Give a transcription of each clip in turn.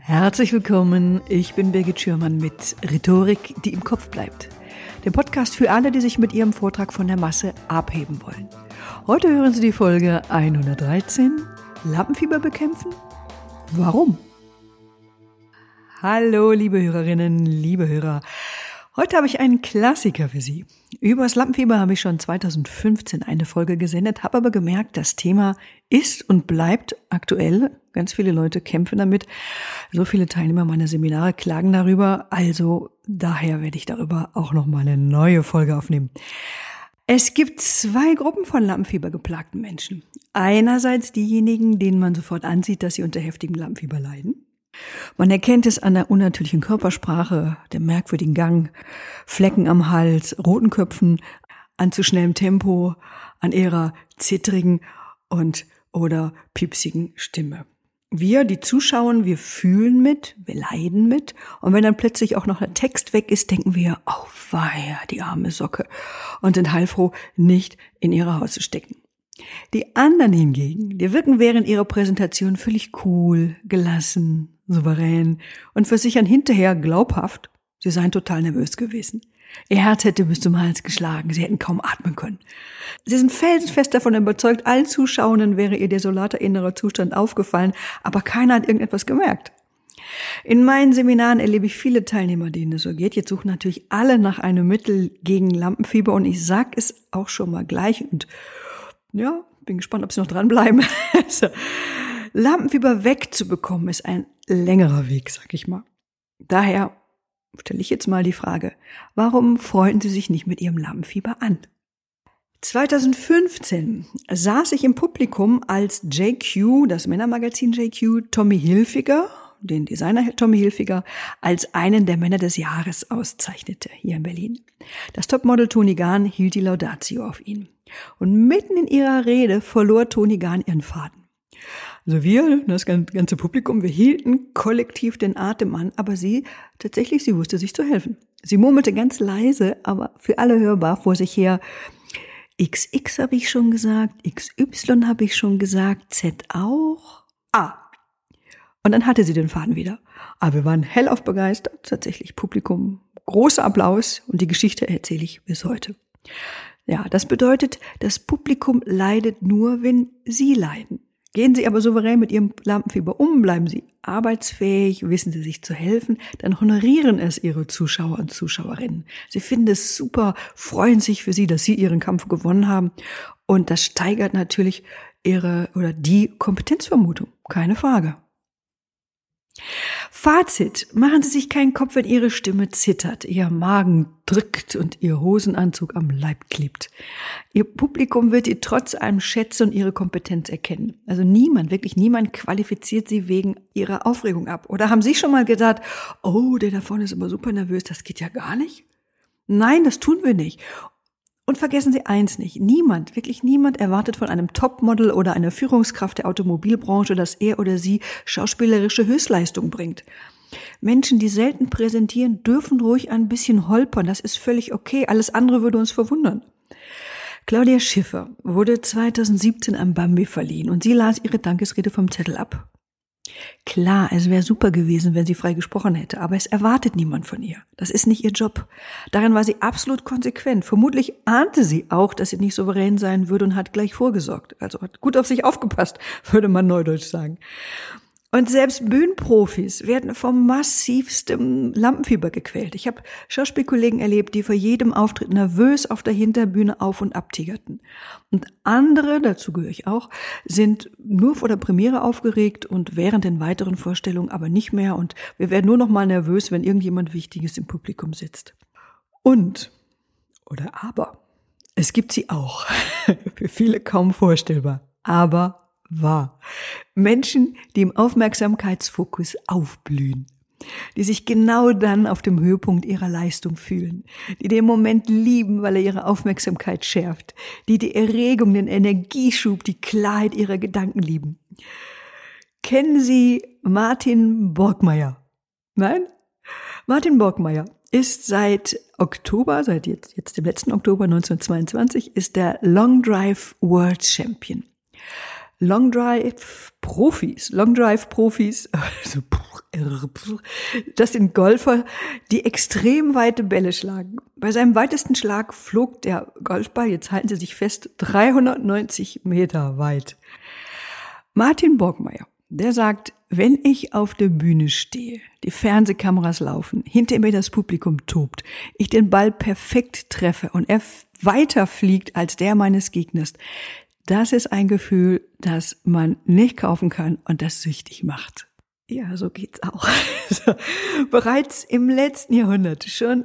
Herzlich willkommen, ich bin Birgit Schürmann mit Rhetorik, die im Kopf bleibt. Dem Podcast für alle, die sich mit ihrem Vortrag von der Masse abheben wollen. Heute hören Sie die Folge 113, Lampenfieber bekämpfen? Warum? Hallo liebe Hörerinnen, liebe Hörer. Heute habe ich einen Klassiker für Sie. Über das Lampenfieber habe ich schon 2015 eine Folge gesendet, habe aber gemerkt, das Thema ist und bleibt aktuell. Ganz viele Leute kämpfen damit. So viele Teilnehmer meiner Seminare klagen darüber. Also daher werde ich darüber auch nochmal eine neue Folge aufnehmen. Es gibt zwei Gruppen von Lampenfieber geplagten Menschen. Einerseits diejenigen, denen man sofort ansieht, dass sie unter heftigem Lampenfieber leiden. Man erkennt es an der unnatürlichen Körpersprache, dem merkwürdigen Gang, Flecken am Hals, roten Köpfen, an zu schnellem Tempo, an ihrer zittrigen oder piepsigen Stimme. Wir, die zuschauen, wir fühlen mit, wir leiden mit. Und wenn dann plötzlich auch noch der Text weg ist, denken wir, oh weia, die arme Socke. Und sind heilfroh, nicht in ihre Haut zu stecken. Die anderen hingegen, die wirken während ihrer Präsentation völlig cool, gelassen, souverän und versichern hinterher glaubhaft, sie seien total nervös gewesen. Ihr Herz hätte bis zum Hals geschlagen, sie hätten kaum atmen können. Sie sind felsenfest davon überzeugt, allen Zuschauenden wäre ihr desolater innerer Zustand aufgefallen, aber keiner hat irgendetwas gemerkt. In meinen Seminaren erlebe ich viele Teilnehmer, denen es so geht. Jetzt suchen natürlich alle nach einem Mittel gegen Lampenfieber und ich sage es auch schon mal gleich und ja, bin gespannt, ob Sie noch dranbleiben. Also, Lampenfieber wegzubekommen ist ein längerer Weg, sag ich mal. Daher stelle ich jetzt mal die Frage, warum freunden Sie sich nicht mit Ihrem Lampenfieber an? 2015 saß ich im Publikum, als JQ, das Männermagazin JQ, Tommy Hilfiger, den Designer Tommy Hilfiger, als einen der Männer des Jahres auszeichnete, hier in Berlin. Das Topmodel Toni Gahn hielt die Laudatio auf ihn. Und mitten in ihrer Rede verlor Toni Gahn ihren Faden. Also wir, das ganze Publikum, wir hielten kollektiv den Atem an, aber sie wusste sich zu helfen. Sie murmelte ganz leise, aber für alle hörbar vor sich her, XX habe ich schon gesagt, XY habe ich schon gesagt, Z auch, A. Und dann hatte sie den Faden wieder. Aber wir waren hellauf begeistert, tatsächlich Publikum, großer Applaus und die Geschichte erzähle ich bis heute. Ja, das bedeutet, das Publikum leidet nur, wenn Sie leiden. Gehen Sie aber souverän mit Ihrem Lampenfieber um, bleiben Sie arbeitsfähig, wissen Sie sich zu helfen, dann honorieren es Ihre Zuschauer und Zuschauerinnen. Sie finden es super, freuen sich für Sie, dass Sie Ihren Kampf gewonnen haben und das steigert natürlich die Kompetenzvermutung, keine Frage. Fazit: Machen Sie sich keinen Kopf, wenn Ihre Stimme zittert, Ihr Magen drückt und Ihr Hosenanzug am Leib klebt. Ihr Publikum wird Sie trotz allem schätzen und Ihre Kompetenz erkennen. Also wirklich niemand qualifiziert Sie wegen Ihrer Aufregung ab. Oder haben Sie schon mal gedacht, oh, der da vorne ist immer super nervös, das geht ja gar nicht? Nein, das tun wir nicht. Und vergessen Sie eins nicht, wirklich niemand erwartet von einem Topmodel oder einer Führungskraft der Automobilbranche, dass er oder sie schauspielerische Höchstleistung bringt. Menschen, die selten präsentieren, dürfen ruhig ein bisschen holpern, das ist völlig okay, alles andere würde uns verwundern. Claudia Schiffer wurde 2017 am Bambi verliehen und sie las ihre Dankesrede vom Zettel ab. Klar, es wäre super gewesen, wenn sie frei gesprochen hätte, aber es erwartet niemand von ihr. Das ist nicht ihr Job. Darin war sie absolut konsequent. Vermutlich ahnte sie auch, dass sie nicht souverän sein würde und hat gleich vorgesorgt. Also hat gut auf sich aufgepasst, würde man neudeutsch sagen. Und selbst Bühnenprofis werden vom massivsten Lampenfieber gequält. Ich habe Schauspielkollegen erlebt, die vor jedem Auftritt nervös auf der Hinterbühne auf- und abtigerten. Und andere, dazu gehöre ich auch, sind nur vor der Premiere aufgeregt und während den weiteren Vorstellungen aber nicht mehr. Und wir werden nur noch mal nervös, wenn irgendjemand Wichtiges im Publikum sitzt. Aber, es gibt sie auch. Für viele kaum vorstellbar. Aber wahr. Menschen, die im Aufmerksamkeitsfokus aufblühen, die sich genau dann auf dem Höhepunkt ihrer Leistung fühlen, die den Moment lieben, weil er ihre Aufmerksamkeit schärft, die Erregung, den Energieschub, die Klarheit ihrer Gedanken lieben. Kennen Sie Martin Borgmeier? Nein? Martin Borgmeier ist seit jetzt dem letzten Oktober 1922, ist der Long Drive World Champion. Long Drive Profis, also dass den Golfer die extrem weite Bälle schlagen. Bei seinem weitesten Schlag flog der Golfball, jetzt halten Sie sich fest, 390 Meter weit. Martin Borgmeier, der sagt, wenn ich auf der Bühne stehe, die Fernsehkameras laufen, hinter mir das Publikum tobt, ich den Ball perfekt treffe und er weiter fliegt als der meines Gegners, das ist ein Gefühl, das man nicht kaufen kann und das süchtig macht. Ja, so geht's auch. Bereits im letzten Jahrhundert, schon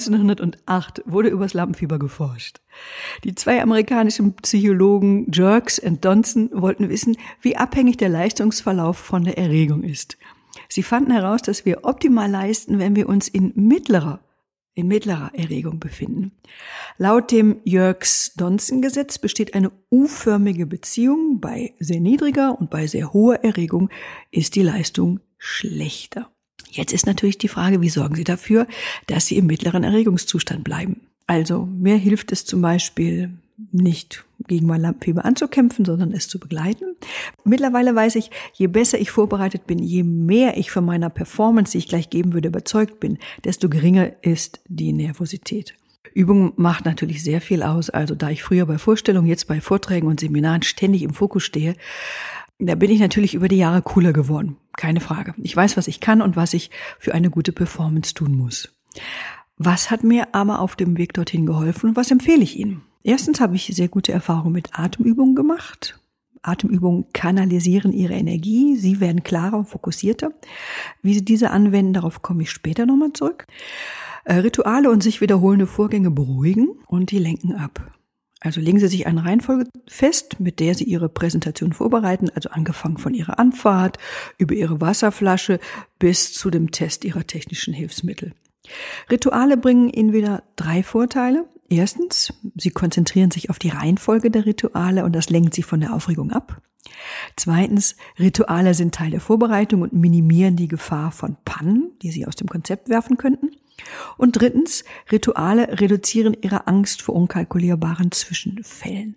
1908, wurde übers Lampenfieber geforscht. Die zwei amerikanischen Psychologen Jerks und Donson wollten wissen, wie abhängig der Leistungsverlauf von der Erregung ist. Sie fanden heraus, dass wir optimal leisten, wenn wir uns in mittlerer Erregung befinden. Laut dem Yerkes-Donson-Gesetz besteht eine U-förmige Beziehung. Bei sehr niedriger und bei sehr hoher Erregung ist die Leistung schlechter. Jetzt ist natürlich die Frage, wie sorgen Sie dafür, dass Sie im mittleren Erregungszustand bleiben? Also mir hilft es zum Beispiel nicht gegen mein Lampenfieber anzukämpfen, sondern es zu begleiten. Mittlerweile weiß ich, je besser ich vorbereitet bin, je mehr ich von meiner Performance, die ich gleich geben würde, überzeugt bin, desto geringer ist die Nervosität. Übung macht natürlich sehr viel aus. Also da ich früher bei Vorstellungen, jetzt bei Vorträgen und Seminaren ständig im Fokus stehe, da bin ich natürlich über die Jahre cooler geworden. Keine Frage. Ich weiß, was ich kann und was ich für eine gute Performance tun muss. Was hat mir aber auf dem Weg dorthin geholfen und was empfehle ich Ihnen? Erstens habe ich sehr gute Erfahrungen mit Atemübungen gemacht. Atemübungen kanalisieren Ihre Energie, Sie werden klarer und fokussierter. Wie Sie diese anwenden, darauf komme ich später nochmal zurück. Rituale und sich wiederholende Vorgänge beruhigen und die lenken ab. Also legen Sie sich eine Reihenfolge fest, mit der Sie Ihre Präsentation vorbereiten, also angefangen von Ihrer Anfahrt, über Ihre Wasserflasche bis zu dem Test Ihrer technischen Hilfsmittel. Rituale bringen Ihnen wieder 3 Vorteile. Erstens, Sie konzentrieren sich auf die Reihenfolge der Rituale und das lenkt Sie von der Aufregung ab. Zweitens, Rituale sind Teil der Vorbereitung und minimieren die Gefahr von Pannen, die Sie aus dem Konzept werfen könnten. Und drittens, Rituale reduzieren Ihre Angst vor unkalkulierbaren Zwischenfällen.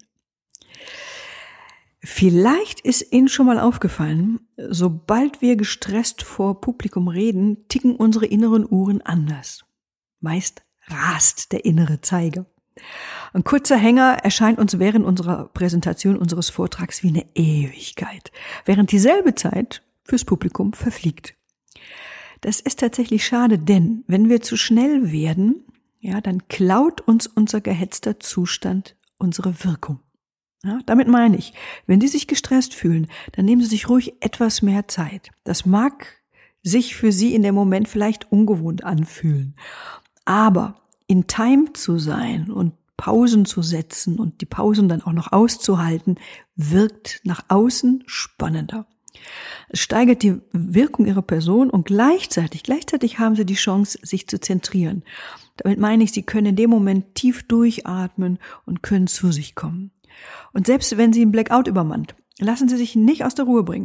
Vielleicht ist Ihnen schon mal aufgefallen, sobald wir gestresst vor Publikum reden, ticken unsere inneren Uhren anders. Meist rast der innere Zeiger. Ein kurzer Hänger erscheint uns während unserer Präsentation unseres Vortrags wie eine Ewigkeit, während dieselbe Zeit fürs Publikum verfliegt. Das ist tatsächlich schade, denn wenn wir zu schnell werden, ja, dann klaut uns unser gehetzter Zustand unsere Wirkung. Ja, damit meine ich, wenn Sie sich gestresst fühlen, dann nehmen Sie sich ruhig etwas mehr Zeit. Das mag sich für Sie in dem Moment vielleicht ungewohnt anfühlen. Aber in Time zu sein und Pausen zu setzen und die Pausen dann auch noch auszuhalten, wirkt nach außen spannender. Es steigert die Wirkung Ihrer Person und gleichzeitig haben Sie die Chance, sich zu zentrieren. Damit meine ich, Sie können in dem Moment tief durchatmen und können zu sich kommen. Und selbst wenn Sie einen Blackout übermannt, lassen Sie sich nicht aus der Ruhe bringen.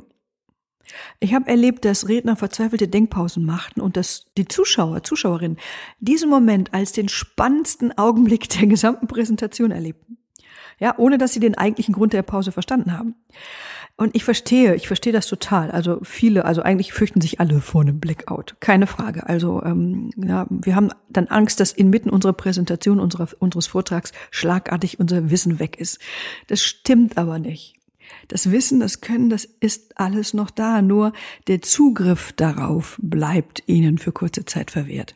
Ich habe erlebt, dass Redner verzweifelte Denkpausen machten und dass die Zuschauerinnen diesen Moment als den spannendsten Augenblick der gesamten Präsentation erlebten. Ja, ohne dass sie den eigentlichen Grund der Pause verstanden haben. Und ich verstehe das total. Also eigentlich fürchten sich alle vor einem Blackout. Keine Frage. Also, wir haben dann Angst, dass inmitten unserer Präsentation, unseres Vortrags schlagartig unser Wissen weg ist. Das stimmt aber nicht. Das Wissen, das Können, das ist alles noch da. Nur der Zugriff darauf bleibt Ihnen für kurze Zeit verwehrt.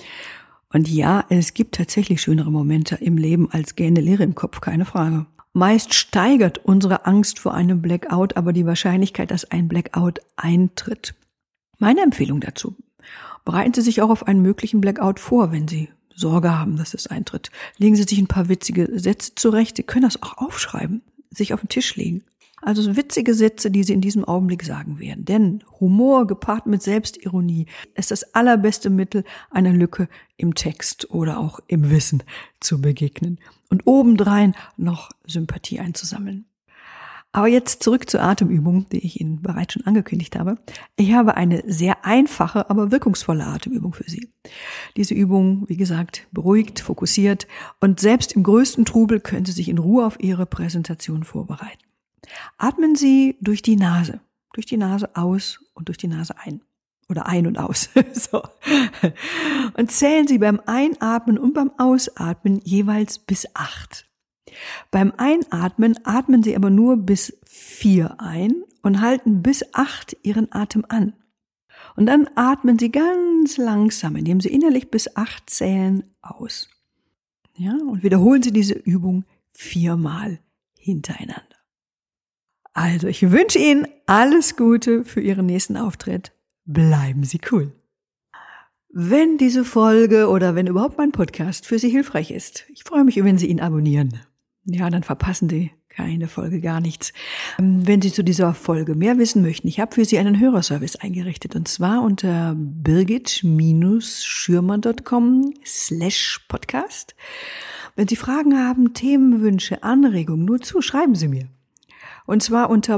Und ja, es gibt tatsächlich schönere Momente im Leben als gähnende Leere im Kopf, keine Frage. Meist steigert unsere Angst vor einem Blackout aber die Wahrscheinlichkeit, dass ein Blackout eintritt. Meine Empfehlung dazu: Bereiten Sie sich auch auf einen möglichen Blackout vor, wenn Sie Sorge haben, dass es eintritt. Legen Sie sich ein paar witzige Sätze zurecht. Sie können das auch aufschreiben, sich auf den Tisch legen. Also witzige Sätze, die Sie in diesem Augenblick sagen werden. Denn Humor gepaart mit Selbstironie ist das allerbeste Mittel, einer Lücke im Text oder auch im Wissen zu begegnen. Und obendrein noch Sympathie einzusammeln. Aber jetzt zurück zur Atemübung, die ich Ihnen bereits schon angekündigt habe. Ich habe eine sehr einfache, aber wirkungsvolle Atemübung für Sie. Diese Übung, wie gesagt, beruhigt, fokussiert und selbst im größten Trubel können Sie sich in Ruhe auf Ihre Präsentation vorbereiten. Atmen Sie durch die Nase aus und durch die Nase ein. oder ein und aus. So. Und zählen Sie beim Einatmen und beim Ausatmen jeweils bis 8. Beim Einatmen atmen Sie aber nur bis 4 ein und halten bis 8 Ihren Atem an. Und dann atmen Sie ganz langsam, indem Sie innerlich bis 8 zählen, aus. Ja, und wiederholen Sie diese Übung 4-mal hintereinander. Also, ich wünsche Ihnen alles Gute für Ihren nächsten Auftritt. Bleiben Sie cool. Wenn diese Folge oder wenn überhaupt mein Podcast für Sie hilfreich ist, ich freue mich, wenn Sie ihn abonnieren. Ja, dann verpassen Sie keine Folge, gar nichts. Wenn Sie zu dieser Folge mehr wissen möchten, ich habe für Sie einen Hörerservice eingerichtet und zwar unter birgit-schürmann.com/podcast. Wenn Sie Fragen haben, Themenwünsche, Anregungen, nur zu, schreiben Sie mir. Und zwar unter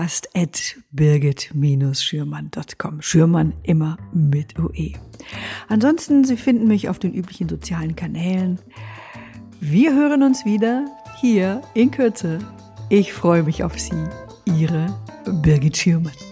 podcast@birgit-schürmann.com. Schürmann immer mit UE. Ansonsten, Sie finden mich auf den üblichen sozialen Kanälen. Wir hören uns wieder hier in Kürze. Ich freue mich auf Sie. Ihre Birgit Schürmann.